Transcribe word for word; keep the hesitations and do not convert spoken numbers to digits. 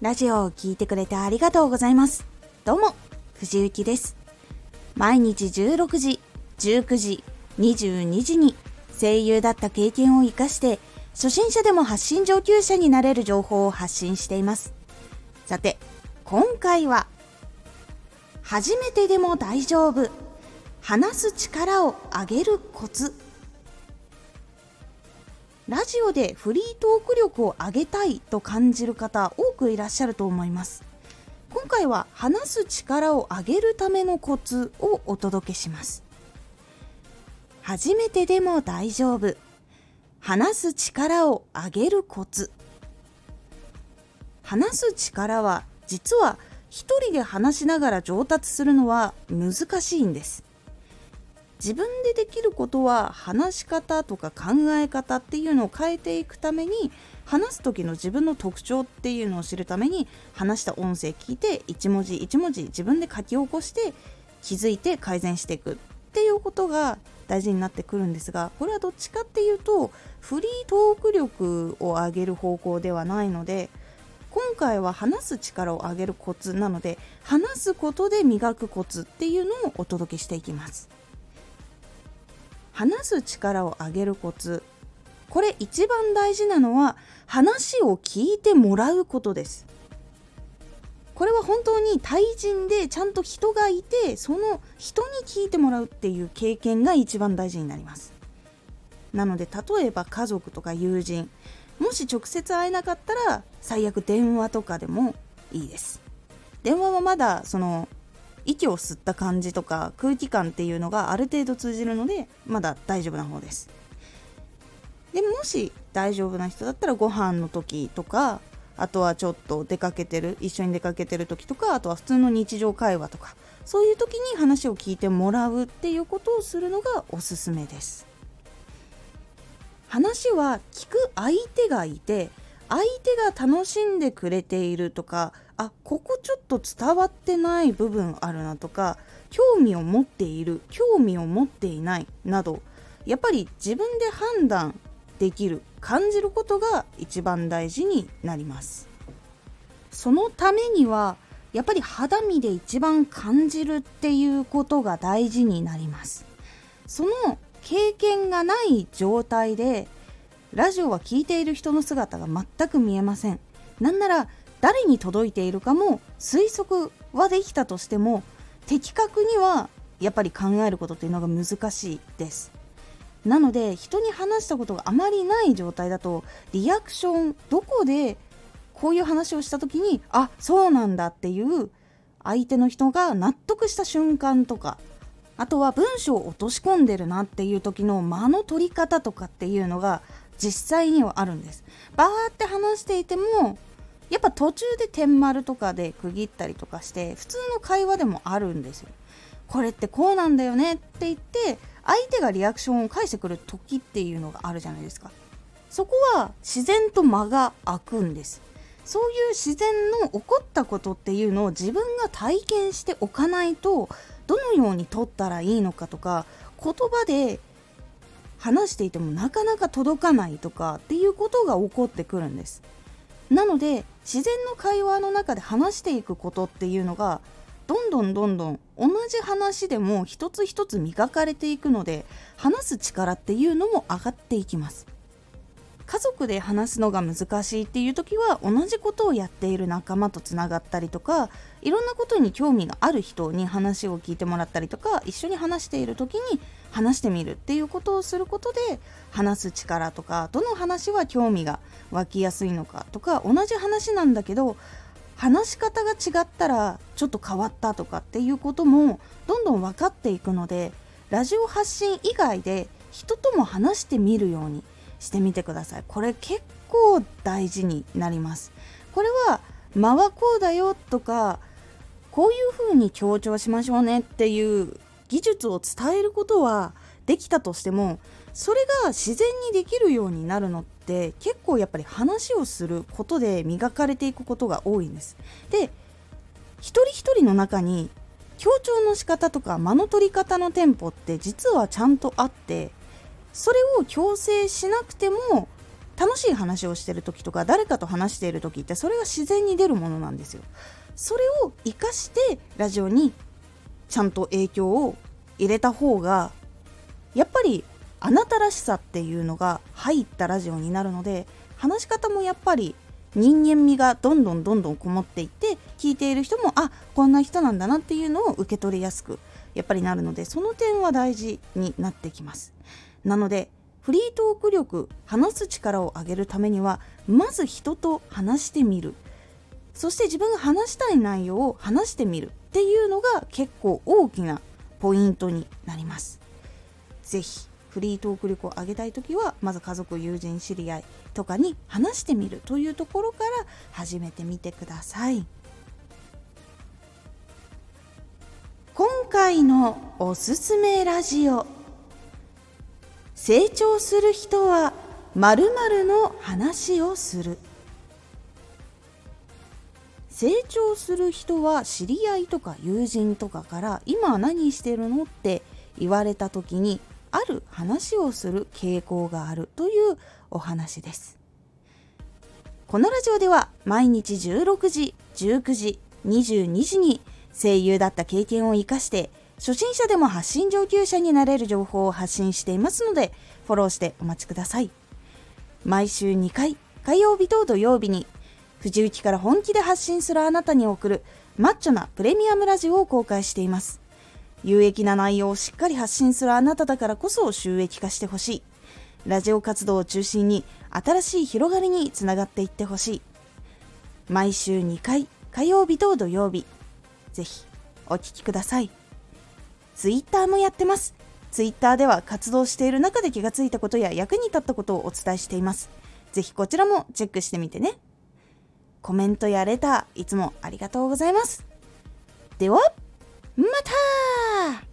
ラジオを聞いてくれてありがとうございます。どうも、藤幸です。毎日じゅうろくじ、じゅうくじ、にじゅうにじに声優だった経験を生かして初心者でも発信上級者になれる情報を発信しています。さて、今回は初めてでも大丈夫、話す力を上げるコツ。ラジオでフリートーク力を上げたいと感じる方多くいらっしゃると思います。今回は話す力を上げるためのコツをお届けします。初めてでも大丈夫、話す力を上げるコツ。話す力は実は一人で話しながら上達するのは難しいんです。自分でできることは話し方とか考え方っていうのを変えていくために、話す時の自分の特徴っていうのを知るために、話した音声聞いて一文字一文字自分で書き起こして気づいて改善していくっていうことが大事になってくるんですが、これはどっちかっていうとフリートーク力を上げる方向ではないので、今回は話す力を上げるコツなので、話すことで磨くコツっていうのをお届けしていきます。話す力を上げるコツ、これ一番大事なのは話を聞いてもらうことです。これは本当に対人でちゃんと人がいて、その人に聞いてもらうっていう経験が一番大事になります。なので例えば家族とか友人、もし直接会えなかったら最悪電話とかでもいいです。電話はまだその息を吸った感じとか空気感っていうのがある程度通じるので、まだ大丈夫な方です。でもし大丈夫な人だったらご飯の時とか、あとはちょっと出かけてる一緒に出かけてる時とか、あとは普通の日常会話とか、そういう時に話を聞いてもらうっていうことをするのがおすすめです。話は聞く相手がいて、相手が楽しんでくれているとか、あ、ここちょっと伝わってない部分あるなとか、興味を持っている、興味を持っていないなど、やっぱり自分で判断できる、感じることが一番大事になります。そのためにはやっぱり肌身で一番感じるっていうことが大事になります。その経験がない状態でラジオは聞いている人の姿が全く見えません。なんなら誰に届いているかも推測はできたとしても、的確にはやっぱり考えることっていうのが難しいです。なので人に話したことがあまりない状態だと、リアクション、どこでこういう話をした時にあ、そうなんだっていう相手の人が納得した瞬間とか、あとは文章を落とし込んでるなっていう時の間の取り方とかっていうのが実際にはあるんです。バーって話していてもやっぱ途中で点丸とかで区切ったりとかして、普通の会話でもあるんですよ。これってこうなんだよねって言って相手がリアクションを返してくる時っていうのがあるじゃないですか。そこは自然と間が空くんです。そういう自然の起こったことっていうのを自分が体験しておかないと、どのように取ったらいいのかとか、言葉で話していてもなかなか届かないとかっていうことが起こってくるんです。なので自然の会話の中で話していくことっていうのがどんどんどんどん同じ話でも一つ一つ磨かれていくので、話す力っていうのも上がっていきます。家族で話すのが難しいっていう時は、同じことをやっている仲間とつながったりとか、いろんなことに興味がある人に話を聞いてもらったりとか、一緒に話している時に話してみるっていうことをすることで、話す力とか、どの話は興味が湧きやすいのかとか、同じ話なんだけど話し方が違ったらちょっと変わったとかっていうこともどんどん分かっていくので、ラジオ発信以外で人とも話してみるようにしてみてください。これ結構大事になります。これは間はこうだよとか、こういう風に強調しましょうねっていう技術を伝えることはできたとしても、それが自然にできるようになるのって結構やっぱり話をすることで磨かれていくことが多いんです。で、一人一人の中に強調の仕方とか間の取り方のテンポって実はちゃんとあって、それを強制しなくても楽しい話をしてる時とか誰かと話している時ってそれが自然に出るものなんですよ。それを生かしてラジオにちゃんと影響を入れた方がやっぱりあなたらしさっていうのが入ったラジオになるので、話し方もやっぱり人間味がどんどんどんどんこもっていって、聞いている人もあこんな人なんだなっていうのを受け取りやすくやっぱりなるので、その点は大事になってきます。なのでフリートーク力、話す力を上げるためにはまず人と話してみる、そして自分が話したい内容を話してみるっていうのが結構大きなポイントになります。ぜひフリートーク力を上げたいときはまず家族、友人、知り合いとかに話してみるというところから始めてみてください。今回のおすすめラジオ、成長する人は〇〇の話をする。成長する人は知り合いとか友人とかから今何してるのって言われた時にある話をする傾向があるというお話です。このラジオでは毎日じゅうろくじ、じゅうくじ、にじゅうにじに声優だった経験を生かして初心者でも発信上級者になれる情報を発信していますのでフォローしてお待ちください。毎週にかい、火曜日と土曜日に藤雪から本気で発信するあなたに送るマッチョなプレミアムラジオを公開しています。有益な内容をしっかり発信するあなただからこそ収益化してほしい。ラジオ活動を中心に新しい広がりにつながっていってほしい。毎週にかい、火曜日と土曜日、ぜひお聞きください。ツイッターもやってます。ツイッターでは活動している中で気がついたことや役に立ったことをお伝えしています。ぜひこちらもチェックしてみてね。コメントやレターいつもありがとうございます。ではまた。